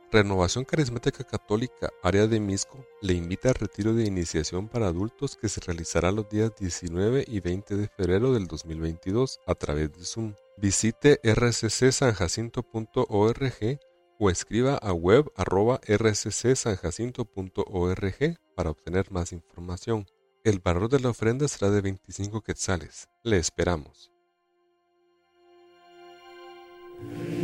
Renovación Carismática Católica Área de Misco le invita al retiro de iniciación para adultos que se realizará los días 19 y 20 de febrero del 2022 a través de Zoom. Visite rccsanjacinto.org o escriba a web@rccsanjacinto.org para obtener más información. El valor de la ofrenda será de 25 quetzales. Le esperamos.